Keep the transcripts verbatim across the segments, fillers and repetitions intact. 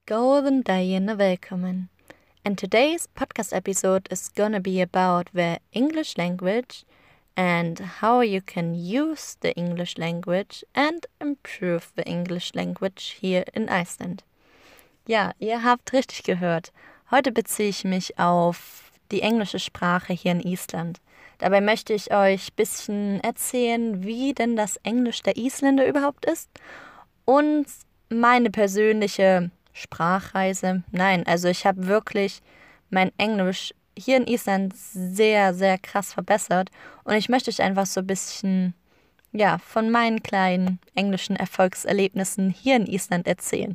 Golden Day and welcome. And today's podcast episode is gonna be about the English language and how you can use the English language and improve the English language here in Iceland. Ja, ihr habt richtig gehört. Heute beziehe ich mich auf die englische Sprache hier in Island. Dabei möchte ich euch ein bisschen erzählen, wie denn das Englisch der Isländer überhaupt ist und meine persönliche Sprachreise. Nein, also ich habe wirklich mein Englisch hier in Island sehr, sehr krass verbessert und ich möchte euch einfach so ein bisschen, ja, von meinen kleinen englischen Erfolgserlebnissen hier in Island erzählen.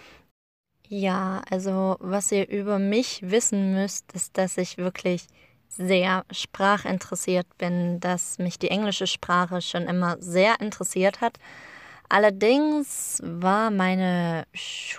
Ja, also was ihr über mich wissen müsst, ist, dass ich wirklich sehr sprachinteressiert bin, dass mich die englische Sprache schon immer sehr interessiert hat. Allerdings war meine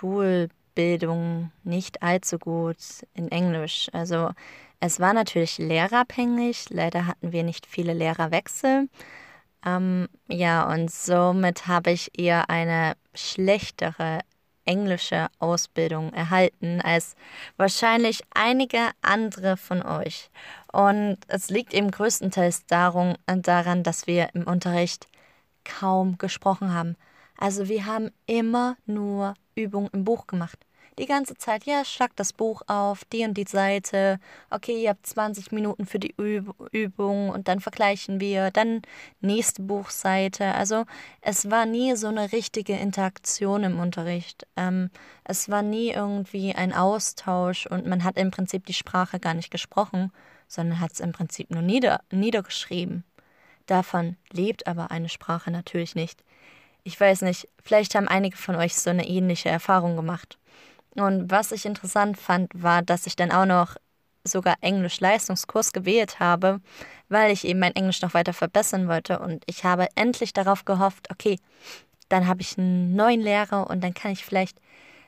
Schulbildung nicht allzu gut in Englisch. Also es war natürlich lehrerabhängig. Leider hatten wir nicht viele Lehrerwechsel. Ähm, ja, und somit habe ich eher eine schlechtere englische Ausbildung erhalten als wahrscheinlich einige andere von euch. Und es liegt eben größtenteils darum, daran, dass wir im Unterricht kaum gesprochen haben. Also wir haben immer nur Übungen im Buch gemacht. Die ganze Zeit, ja, schlag das Buch auf, die und die Seite. Okay, ihr habt zwanzig Minuten für die Üb- Übung und dann vergleichen wir. Dann nächste Buchseite. Also es war nie so eine richtige Interaktion im Unterricht. Ähm, es war nie irgendwie ein Austausch und man hat im Prinzip die Sprache gar nicht gesprochen, sondern hat es im Prinzip nur nieder- niedergeschrieben. Davon lebt aber eine Sprache natürlich nicht. Ich weiß nicht, vielleicht haben einige von euch so eine ähnliche Erfahrung gemacht. Und was ich interessant fand, war, dass ich dann auch noch sogar Englisch-Leistungskurs gewählt habe, weil ich eben mein Englisch noch weiter verbessern wollte. Und ich habe endlich darauf gehofft, okay, dann habe ich einen neuen Lehrer und dann kann ich vielleicht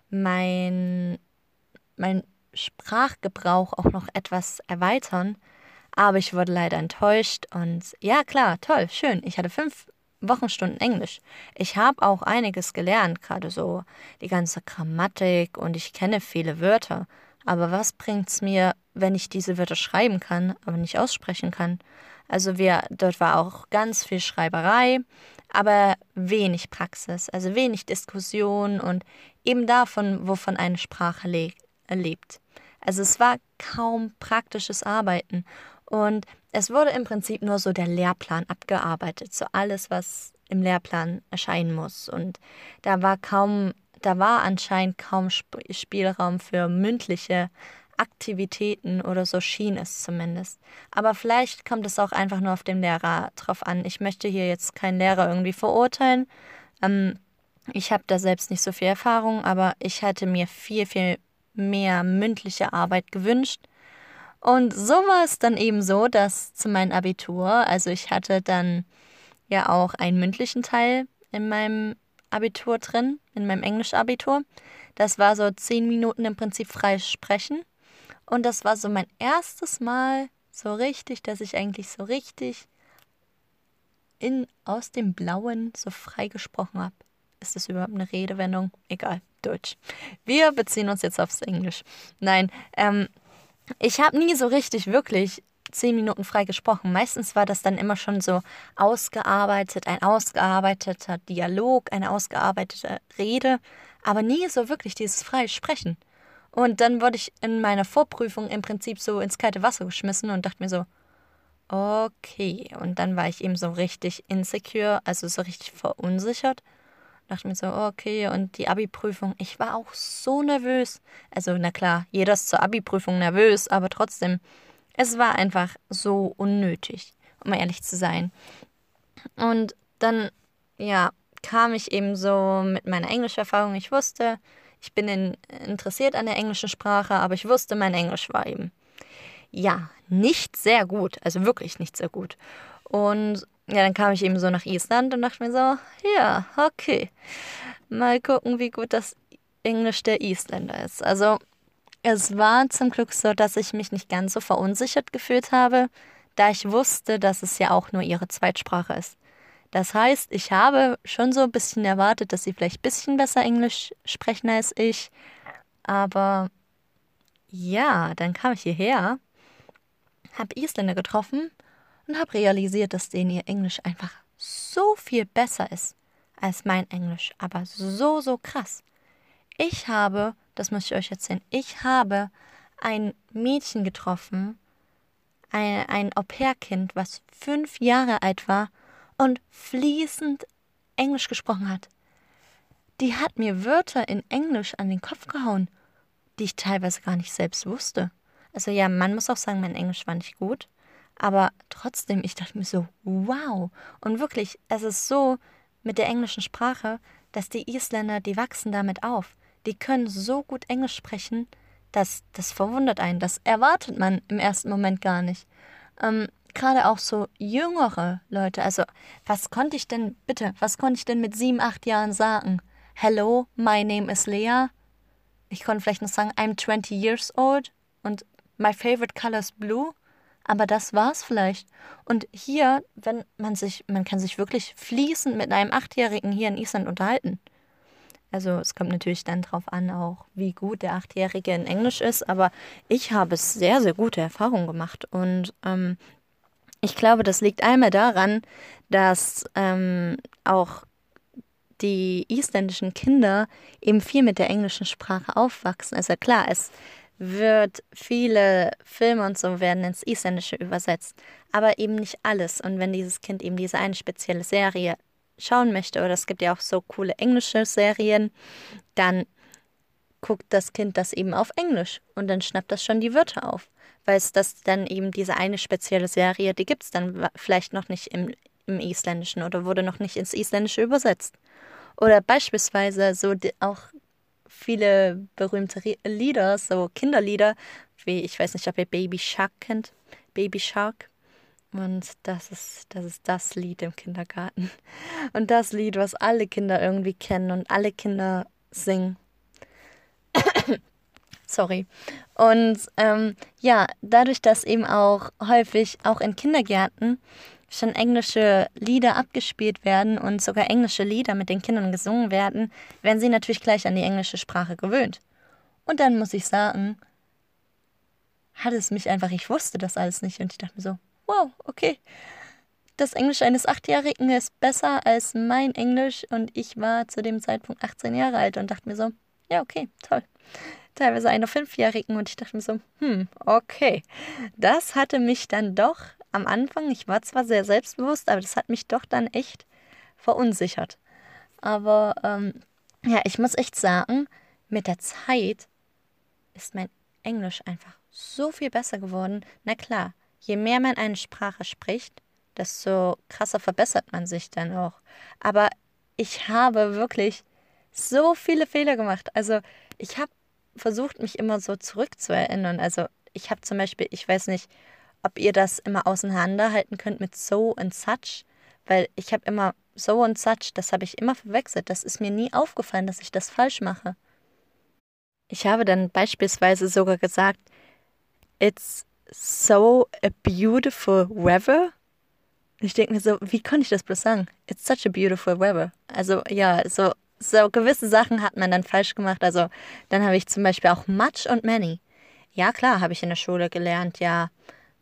mein, mein Sprachgebrauch auch noch etwas erweitern. Aber ich wurde leider enttäuscht und ja, klar, toll, schön. Ich hatte fünf Wochenstunden Englisch. Ich habe auch einiges gelernt, gerade so die ganze Grammatik und ich kenne viele Wörter. Aber was bringt's mir, wenn ich diese Wörter schreiben kann, aber nicht aussprechen kann? Also wir, dort war auch ganz viel Schreiberei, aber wenig Praxis, also wenig Diskussion und eben davon, wovon eine Sprache le- lebt. Also es war kaum praktisches Arbeiten. Und es wurde im Prinzip nur so der Lehrplan abgearbeitet, so alles, was im Lehrplan erscheinen muss. Und da war kaum, da war anscheinend kaum Sp- Spielraum für mündliche Aktivitäten oder so schien es zumindest. Aber vielleicht kommt es auch einfach nur auf den Lehrer drauf an. Ich möchte hier jetzt keinen Lehrer irgendwie verurteilen. Ähm, ich habe da selbst nicht so viel Erfahrung, aber ich hätte mir viel, viel mehr mündliche Arbeit gewünscht. Und so war es dann eben so, dass zu meinem Abitur, also ich hatte dann ja auch einen mündlichen Teil in meinem Abitur drin, in meinem Englisch-Abitur. Das war so zehn Minuten im Prinzip frei sprechen. Und das war so mein erstes Mal so richtig, dass ich eigentlich so richtig in, aus dem Blauen so frei gesprochen habe. Ist das überhaupt eine Redewendung? Egal, Deutsch. Wir beziehen uns jetzt aufs Englisch. Nein, ähm, ich habe nie so richtig wirklich zehn Minuten frei gesprochen. Meistens war das dann immer schon so ausgearbeitet, ein ausgearbeiteter Dialog, eine ausgearbeitete Rede, aber nie so wirklich dieses freie Sprechen. Und dann wurde ich in meiner Vorprüfung im Prinzip so ins kalte Wasser geschmissen und dachte mir so, okay. Und dann war ich eben so richtig insecure, also so richtig verunsichert. Dachte mir so, okay, und die Abi-Prüfung, ich war auch so nervös. Also, na klar, jeder ist zur Abi-Prüfung nervös, aber trotzdem, es war einfach so unnötig, um ehrlich zu sein. Und dann, ja, kam ich eben so mit meiner Englischerfahrung. Ich wusste, ich bin in, interessiert an der englischen Sprache, aber ich wusste, mein Englisch war eben, ja, nicht sehr gut, also wirklich nicht sehr gut. Und ja, dann kam ich eben so nach Island und dachte mir so, ja, okay, mal gucken, wie gut das Englisch der Isländer ist. Also es war zum Glück so, dass ich mich nicht ganz so verunsichert gefühlt habe, da ich wusste, dass es ja auch nur ihre Zweitsprache ist. Das heißt, ich habe schon so ein bisschen erwartet, dass sie vielleicht ein bisschen besser Englisch sprechen als ich. Aber ja, dann kam ich hierher, habe Isländer getroffen und habe realisiert, dass denen ihr Englisch einfach so viel besser ist als mein Englisch. Aber so, so krass. Ich habe, das muss ich euch erzählen, ich habe ein Mädchen getroffen, ein, ein Au-pair-Kind, was fünf Jahre alt war und fließend Englisch gesprochen hat. Die hat mir Wörter in Englisch an den Kopf gehauen, die ich teilweise gar nicht selbst wusste. Also ja, man muss auch sagen, mein Englisch war nicht gut, aber trotzdem, ich dachte mir so, wow. Und wirklich, es ist so mit der englischen Sprache, dass die Isländer, die wachsen damit auf. Die können so gut Englisch sprechen, dass das verwundert einen. Das erwartet man im ersten Moment gar nicht. Ähm, gerade auch so jüngere Leute. Also, was konnte ich denn, bitte, was konnte ich denn mit sieben, acht Jahren sagen? Hello, my name is Lea. Ich konnte vielleicht noch sagen, I'm twenty years old und my favorite color is blue. Aber das war's vielleicht. Und hier, wenn man sich, man kann sich wirklich fließend mit einem Achtjährigen hier in Island unterhalten. Also es kommt natürlich dann drauf an auch, wie gut der Achtjährige in Englisch ist. Aber ich habe sehr, sehr gute Erfahrungen gemacht. Und ähm, ich glaube, das liegt einmal daran, dass ähm, auch die isländischen Kinder eben viel mit der englischen Sprache aufwachsen. Also klar, es wird viele Filme und so werden ins Isländische übersetzt, aber eben nicht alles. Und wenn dieses Kind eben diese eine spezielle Serie schauen möchte, oder es gibt ja auch so coole englische Serien, dann guckt das Kind das eben auf Englisch und dann schnappt das schon die Wörter auf. Weil es das dann eben diese eine spezielle Serie, die gibt es dann vielleicht noch nicht im, im Isländischen oder wurde noch nicht ins Isländische übersetzt. Oder beispielsweise so die, auch viele berühmte Rie- Lieder, so Kinderlieder, wie, ich weiß nicht, ob ihr Baby Shark kennt. Baby Shark. Und das ist, das ist das Lied im Kindergarten. Und das Lied, was alle Kinder irgendwie kennen und alle Kinder singen. Sorry. Und ähm, ja, dadurch, dass eben auch häufig auch in Kindergärten schon englische Lieder abgespielt werden und sogar englische Lieder mit den Kindern gesungen werden, werden sie natürlich gleich an die englische Sprache gewöhnt. Und dann muss ich sagen, hat es mich einfach, ich wusste das alles nicht und ich dachte mir so, wow, okay, das Englisch eines Achtjährigen ist besser als mein Englisch und ich war zu dem Zeitpunkt achtzehn Jahre alt und dachte mir so, ja, okay, toll. Teilweise einer Fünfjährigen und ich dachte mir so, hm, okay, das hatte mich dann doch am Anfang, ich war zwar sehr selbstbewusst, aber das hat mich doch dann echt verunsichert. Aber ähm, ja, ich muss echt sagen, mit der Zeit ist mein Englisch einfach so viel besser geworden. Na klar, je mehr man eine Sprache spricht, desto krasser verbessert man sich dann auch. Aber ich habe wirklich so viele Fehler gemacht. Also ich habe versucht, mich immer so zurückzuerinnern. Also ich habe zum Beispiel, ich weiß nicht, ob ihr das immer auseinanderhalten könnt mit so und such, weil ich habe immer so und such, das habe ich immer verwechselt. Das ist mir nie aufgefallen, dass ich das falsch mache. Ich habe dann beispielsweise sogar gesagt, it's so a beautiful weather. Und ich denke mir so, wie konnte ich das bloß sagen? It's such a beautiful weather. Also ja, so, so gewisse Sachen hat man dann falsch gemacht. Also dann habe ich zum Beispiel auch much und many. Ja klar, habe ich in der Schule gelernt, ja,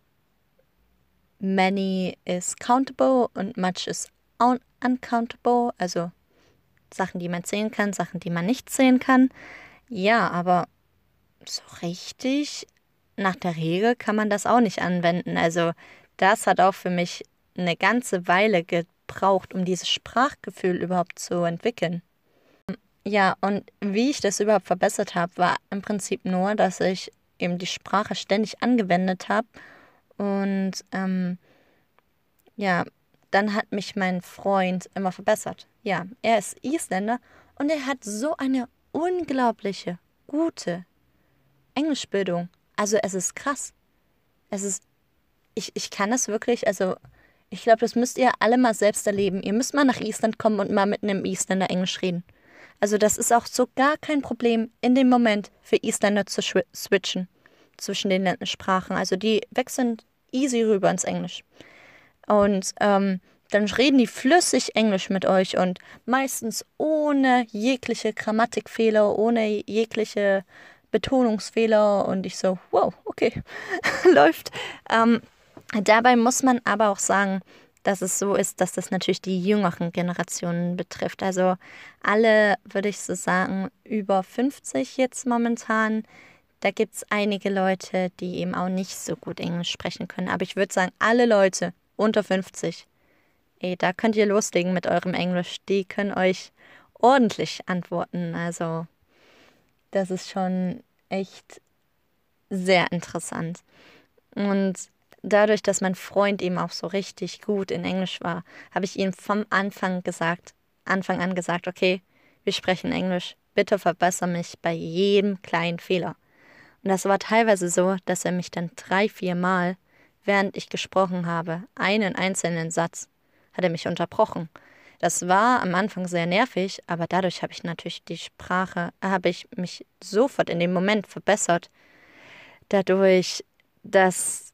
many is countable und much is un- uncountable. Also Sachen, die man zählen kann, Sachen, die man nicht zählen kann. Ja, aber so richtig nach der Regel kann man das auch nicht anwenden. Also das hat auch für mich eine ganze Weile gebraucht, um dieses Sprachgefühl überhaupt zu entwickeln. Ja, und wie ich das überhaupt verbessert habe, war im Prinzip nur, dass ich eben die Sprache ständig angewendet habe. Und ähm, ja, dann hat mich mein Freund immer verbessert. Ja, er ist Isländer und er hat so eine unglaubliche, gute Englischbildung. Also es ist krass. Es ist, ich, ich kann das wirklich, also ich glaube, das müsst ihr alle mal selbst erleben. Ihr müsst mal nach Island kommen und mal mit einem Isländer Englisch reden. Also das ist auch so gar kein Problem in dem Moment für Isländer zu schwi- switchen zwischen den Sprachen. Also die wechseln easy rüber ins Englisch. Und ähm, dann reden die flüssig Englisch mit euch und meistens ohne jegliche Grammatikfehler, ohne jegliche Betonungsfehler und ich so, wow, okay, läuft. Ähm, dabei muss man aber auch sagen, dass es so ist, dass das natürlich die jüngeren Generationen betrifft. Also alle, würde ich so sagen, über fünfzig jetzt momentan. Da gibt es einige Leute, die eben auch nicht so gut Englisch sprechen können. Aber ich würde sagen, alle Leute unter fünfzig, ey, da könnt ihr loslegen mit eurem Englisch. Die können euch ordentlich antworten. Also das ist schon echt sehr interessant. Und dadurch, dass mein Freund eben auch so richtig gut in Englisch war, habe ich ihm vom Anfang gesagt, Anfang an gesagt, okay, wir sprechen Englisch, bitte verbessere mich bei jedem kleinen Fehler. Und das war teilweise so, dass er mich dann drei, vier Mal, während ich gesprochen habe, einen einzelnen Satz, hat er mich unterbrochen. Das war am Anfang sehr nervig, aber dadurch habe ich natürlich die Sprache, habe ich mich sofort in dem Moment verbessert. Dadurch, dass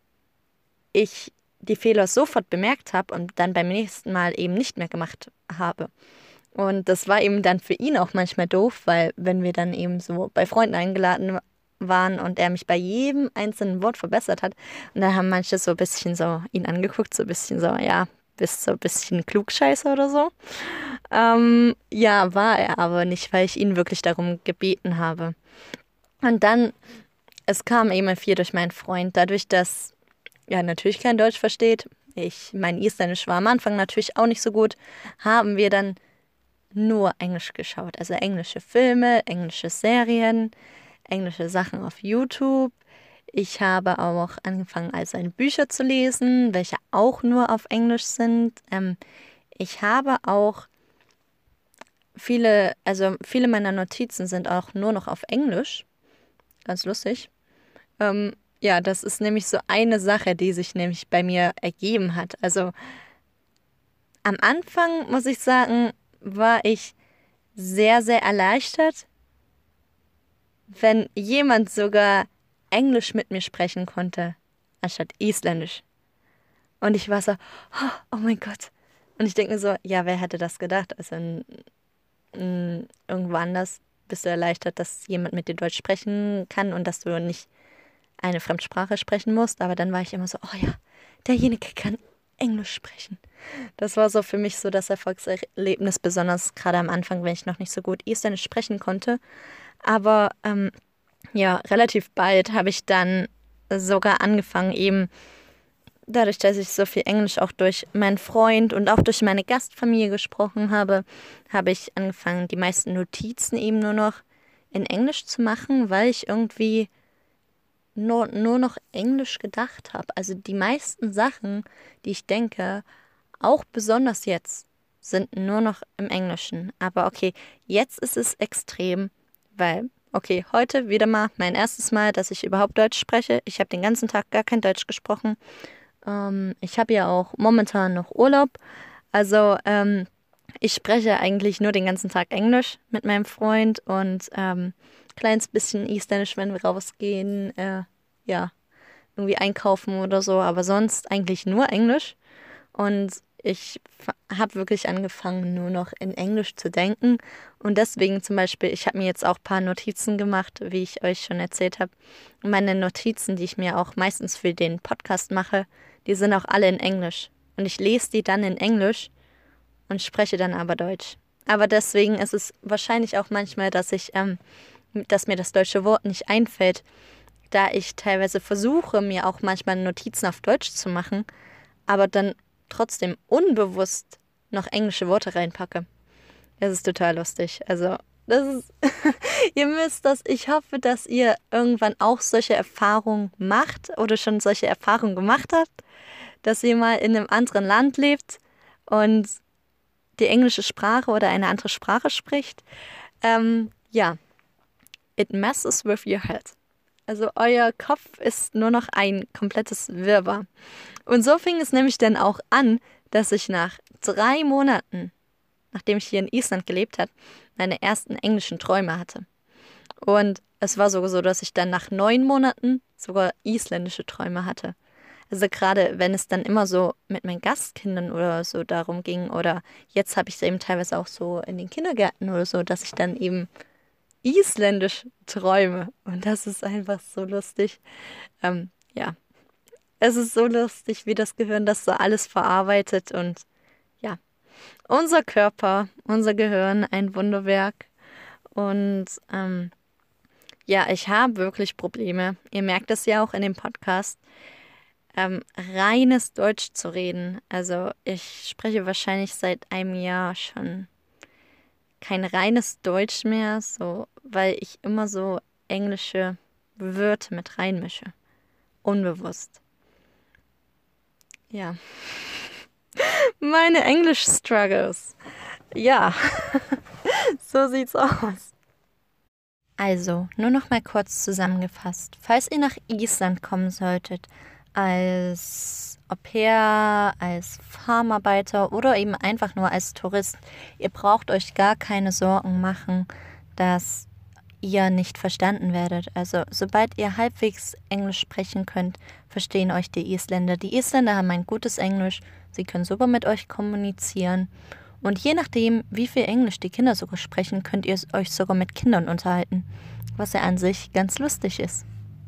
ich die Fehler sofort bemerkt habe und dann beim nächsten Mal eben nicht mehr gemacht habe. Und das war eben dann für ihn auch manchmal doof, weil wenn wir dann eben so bei Freunden eingeladen waren und er mich bei jedem einzelnen Wort verbessert hat, und dann haben manche so ein bisschen so ihn angeguckt, so ein bisschen so, ja, bist so ein bisschen Klugscheißer oder so. Ähm, ja, war er aber nicht, weil ich ihn wirklich darum gebeten habe. Und dann, es kam eben viel durch meinen Freund, dadurch, dass er natürlich kein Deutsch versteht. Ich, mein Isländisch war am Anfang natürlich auch nicht so gut, haben wir dann nur Englisch geschaut. Also englische Filme, englische Serien, englische Sachen auf YouTube. Ich habe auch angefangen, also seine Bücher zu lesen, welche auch nur auf Englisch sind. Ähm, ich habe auch viele, also viele meiner Notizen sind auch nur noch auf Englisch. Ganz lustig. Ähm, ja, das ist nämlich so eine Sache, die sich nämlich bei mir ergeben hat. Also am Anfang, muss ich sagen, war ich sehr, sehr erleichtert, wenn jemand sogar Englisch mit mir sprechen konnte, anstatt Isländisch. Und ich war so, oh, oh mein Gott. Und ich denke mir so, ja, wer hätte das gedacht? Also n, n, irgendwo anders bist du erleichtert, dass jemand mit dir Deutsch sprechen kann und dass du nicht eine Fremdsprache sprechen musst. Aber dann war ich immer so, oh ja, derjenige kann Englisch sprechen. Das war so für mich so das Erfolgserlebnis, besonders gerade am Anfang, wenn ich noch nicht so gut Isländisch sprechen konnte. Aber ähm, ja, relativ bald habe ich dann sogar angefangen, eben dadurch, dass ich so viel Englisch auch durch meinen Freund und auch durch meine Gastfamilie gesprochen habe, habe ich angefangen, die meisten Notizen eben nur noch in Englisch zu machen, weil ich irgendwie nur, nur noch Englisch gedacht habe. Also die meisten Sachen, die ich denke, auch besonders jetzt, sind nur noch im Englischen. Aber okay, jetzt ist es extrem, weil, okay, heute wieder mal mein erstes Mal, dass ich überhaupt Deutsch spreche. Ich habe den ganzen Tag gar kein Deutsch gesprochen. Ähm, ich habe ja auch momentan noch Urlaub. Also ähm, ich spreche eigentlich nur den ganzen Tag Englisch mit meinem Freund und ähm, kleines bisschen Isländisch, wenn wir rausgehen, äh, ja, irgendwie einkaufen oder so, aber sonst eigentlich nur Englisch. Und ich habe wirklich angefangen, nur noch in Englisch zu denken. Und deswegen zum Beispiel, ich habe mir jetzt auch ein paar Notizen gemacht, wie ich euch schon erzählt habe. Meine Notizen, die ich mir auch meistens für den Podcast mache, die sind auch alle in Englisch. Und ich lese die dann in Englisch und spreche dann aber Deutsch. Aber deswegen ist es wahrscheinlich auch manchmal, dass ich, ähm, dass mir das deutsche Wort nicht einfällt, da ich teilweise versuche, mir auch manchmal Notizen auf Deutsch zu machen, aber dann trotzdem unbewusst noch englische Worte reinpacke. Das ist total lustig. Also, das ist, ihr müsst das, ich hoffe, dass ihr irgendwann auch solche Erfahrungen macht oder schon solche Erfahrungen gemacht habt, dass ihr mal in einem anderen Land lebt und die englische Sprache oder eine andere Sprache spricht. Ähm, ja, it messes with your head. Also euer Kopf ist nur noch ein komplettes Wirrwarr. Und so fing es nämlich dann auch an, dass ich nach drei Monaten, nachdem ich hier in Island gelebt habe, meine ersten englischen Träume hatte. Und es war sogar so, dass ich dann nach neun Monaten sogar isländische Träume hatte. Also gerade wenn es dann immer so mit meinen Gastkindern oder so darum ging, oder jetzt habe ich es eben teilweise auch so in den Kindergärten oder so, dass ich dann eben Isländisch träume. Und das ist einfach so lustig. Ähm, ja, es ist so lustig, wie das Gehirn das so alles verarbeitet. Und ja, unser Körper, unser Gehirn, ein Wunderwerk. Und ähm, ja, ich habe wirklich Probleme. Ihr merkt es ja auch in dem Podcast, ähm, reines Deutsch zu reden. Also ich spreche wahrscheinlich seit einem Jahr schon kein reines Deutsch mehr, so, weil ich immer so englische Wörter mit reinmische. Unbewusst. Ja. Meine Englisch-Struggles. Ja, so sieht's aus. Also, nur noch mal kurz zusammengefasst. Falls ihr nach Island kommen solltet, als Au-pair, als Farmarbeiter oder eben einfach nur als Tourist, ihr braucht euch gar keine Sorgen machen, dass ihr nicht verstanden werdet. Also, sobald ihr halbwegs Englisch sprechen könnt, verstehen euch die Isländer. Die Isländer haben ein gutes Englisch, sie können super mit euch kommunizieren. Und je nachdem, wie viel Englisch die Kinder sogar sprechen, könnt ihr euch sogar mit Kindern unterhalten, was ja an sich ganz lustig ist.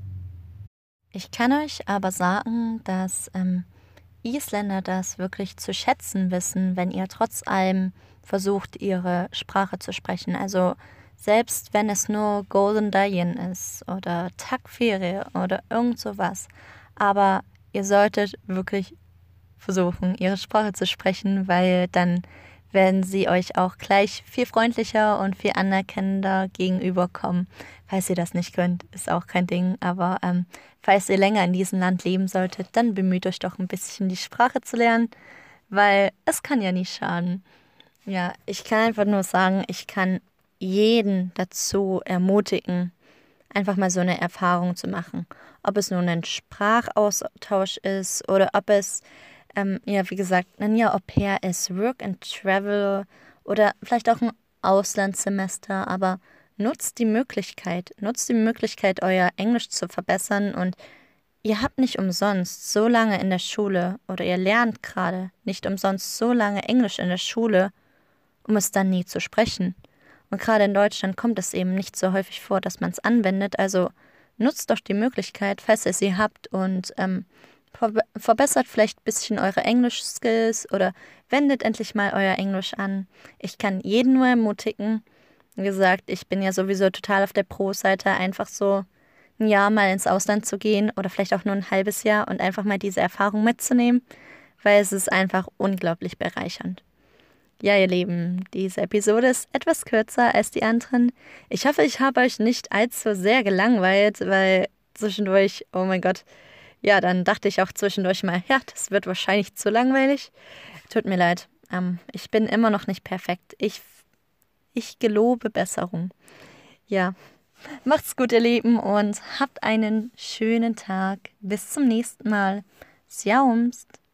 Ich kann euch aber sagen, dass ähm, Isländer das wirklich zu schätzen wissen, wenn ihr trotz allem versucht, ihre Sprache zu sprechen. Also selbst wenn es nur Golden Dayin ist oder Takfiri oder irgend sowas. Aber ihr solltet wirklich versuchen, ihre Sprache zu sprechen, weil dann werden sie euch auch gleich viel freundlicher und viel anerkennender gegenüberkommen. Falls ihr das nicht könnt, ist auch kein Ding. Aber ähm, falls ihr länger in diesem Land leben solltet, dann bemüht euch doch ein bisschen die Sprache zu lernen, weil es kann ja nicht schaden. Ja, ich kann einfach nur sagen, ich kann jeden dazu ermutigen, einfach mal so eine Erfahrung zu machen. Ob es nun ein Sprachaustausch ist oder ob es ähm, ja, wie gesagt, ein Jahr Au-pair ist, Work and Travel oder vielleicht auch ein Auslandssemester, aber nutzt die Möglichkeit, nutzt die Möglichkeit, euer Englisch zu verbessern und ihr habt nicht umsonst so lange in der Schule oder ihr lernt gerade nicht umsonst so lange Englisch in der Schule, um es dann nie zu sprechen. Und gerade in Deutschland kommt es eben nicht so häufig vor, dass man es anwendet, also nutzt doch die Möglichkeit, falls ihr sie habt und ähm, verbessert vielleicht ein bisschen eure Englisch-Skills oder wendet endlich mal euer Englisch an. Ich kann jeden nur ermutigen. Wie gesagt, ich bin ja sowieso total auf der Pro-Seite, einfach so ein Jahr mal ins Ausland zu gehen oder vielleicht auch nur ein halbes Jahr und einfach mal diese Erfahrung mitzunehmen, weil es ist einfach unglaublich bereichernd. Ja, ihr Lieben, diese Episode ist etwas kürzer als die anderen. Ich hoffe, ich habe euch nicht allzu sehr gelangweilt, weil zwischendurch, oh mein Gott, ja, dann dachte ich auch zwischendurch mal, ja, das wird wahrscheinlich zu langweilig. Tut mir leid, ähm, ich bin immer noch nicht perfekt. Ich, ich gelobe Besserung. Ja, macht's gut, ihr Lieben, und habt einen schönen Tag. Bis zum nächsten Mal. Sjaumst.